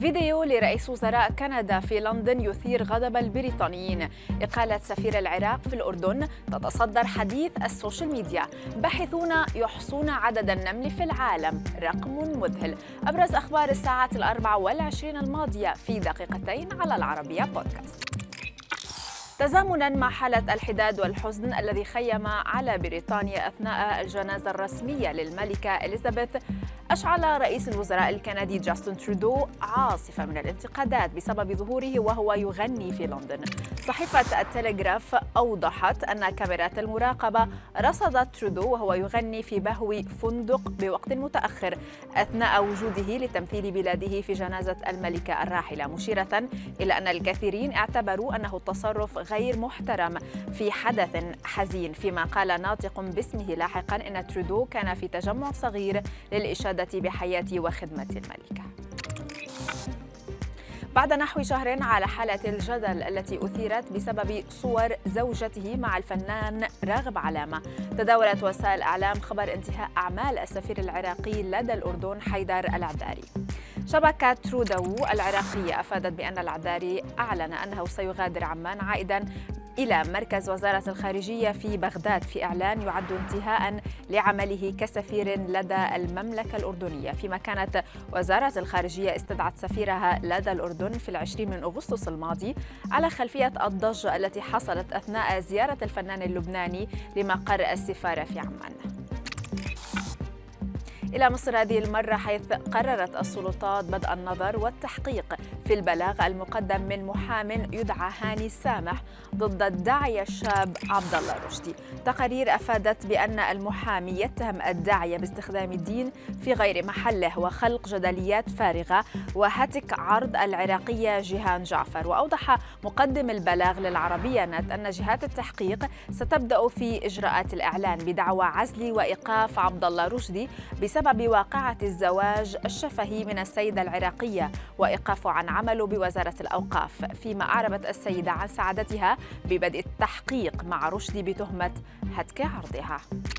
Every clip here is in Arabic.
فيديو لرئيس وزراء كندا في لندن يثير غضب البريطانيين. إقالة سفير العراق في الأردن تتصدر حديث السوشيال ميديا. باحثون يحصون عدد النمل في العالم، رقم مذهل. أبرز أخبار الساعات 24 الماضية في دقيقتين على العربية بودكاست. تزامناً مع حالة الحداد والحزن الذي خيم على بريطانيا أثناء الجنازة الرسمية للملكة إليزابيث، أشعل رئيس الوزراء الكندي جاستن ترودو عاصفة من الانتقادات بسبب ظهوره وهو يغني في لندن. صحيفة التلغراف أوضحت أن كاميرات المراقبة رصدت ترودو وهو يغني في بهو فندق بوقت متأخر أثناء وجوده لتمثيل بلاده في جنازة الملكة الراحلة، مشيرة إلى أن الكثيرين اعتبروا أنه تصرف غير محترم في حدث حزين، فيما قال ناطق باسمه لاحقاً أن ترودو كان في تجمع صغير للإشادة بحياة وخدمة الملكة. بعد نحو شهر على حالة الجدل التي أثيرت بسبب صور زوجته مع الفنان راغب علامة، تداولت وسائل الإعلام خبر انتهاء أعمال السفير العراقي لدى الأردن حيدر العذاري. شبكة ترودو العراقية أفادت بأن العذاري أعلن أنه سيغادر عمان عائداً إلى مركز وزارة الخارجية في بغداد، في إعلان يعد انتهاء لعمله كسفير لدى المملكة الأردنية، فيما كانت وزارة الخارجية استدعت سفيرها لدى الأردن في 20 من أغسطس الماضي على خلفية الضجة التي حصلت أثناء زيارة الفنان اللبناني لمقر السفارة في عمان. إلى مصر هذه المرة، حيث قررت السلطات بدء النظر والتحقيق في البلاغ المقدم من محام يدعى هاني السامح ضد الداعية الشاب عبد الله رشدي. تقارير أفادت بأن المحامي يتهم الداعية باستخدام الدين في غير محله وخلق جدليات فارغة وهتك عرض العراقية جيهان جعفر. وأوضح مقدم البلاغ للعربية نت أن جهات التحقيق ستبدأ في إجراءات الإعلان بدعوى عزل وإيقاف عبد الله رشدي بسبب واقعة الزواج الشفهي من السيدة العراقية وإيقافه عن عمله بوزارة الأوقاف، فيما أعربت السيدة عن سعادتها ببدء التحقيق مع رشدي بتهمة هتك عرضها.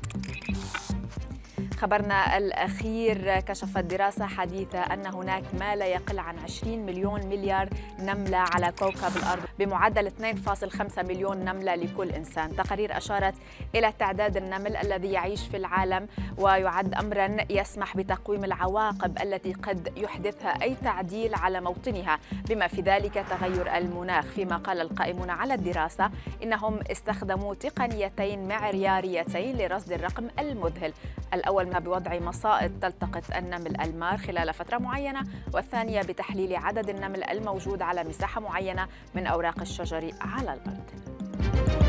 خبرنا الأخير، كشفت دراسة حديثة أن هناك ما لا يقل عن 20 مليون مليار نملة على كوكب الأرض بمعدل 2.5 مليون نملة لكل إنسان. تقارير أشارت إلى تعداد النمل الذي يعيش في العالم، ويعد أمراً يسمح بتقويم العواقب التي قد يحدثها أي تعديل على موطنها، بما في ذلك تغير المناخ. فيما قال القائمون على الدراسة إنهم استخدموا تقنيتين معياريتين لرصد الرقم المذهل، الأول ما بوضع مصائد تلتقط النمل المار خلال فترة معينة، والثانية بتحليل عدد النمل الموجود على مساحة معينة من أوراق الشجر على الأرض.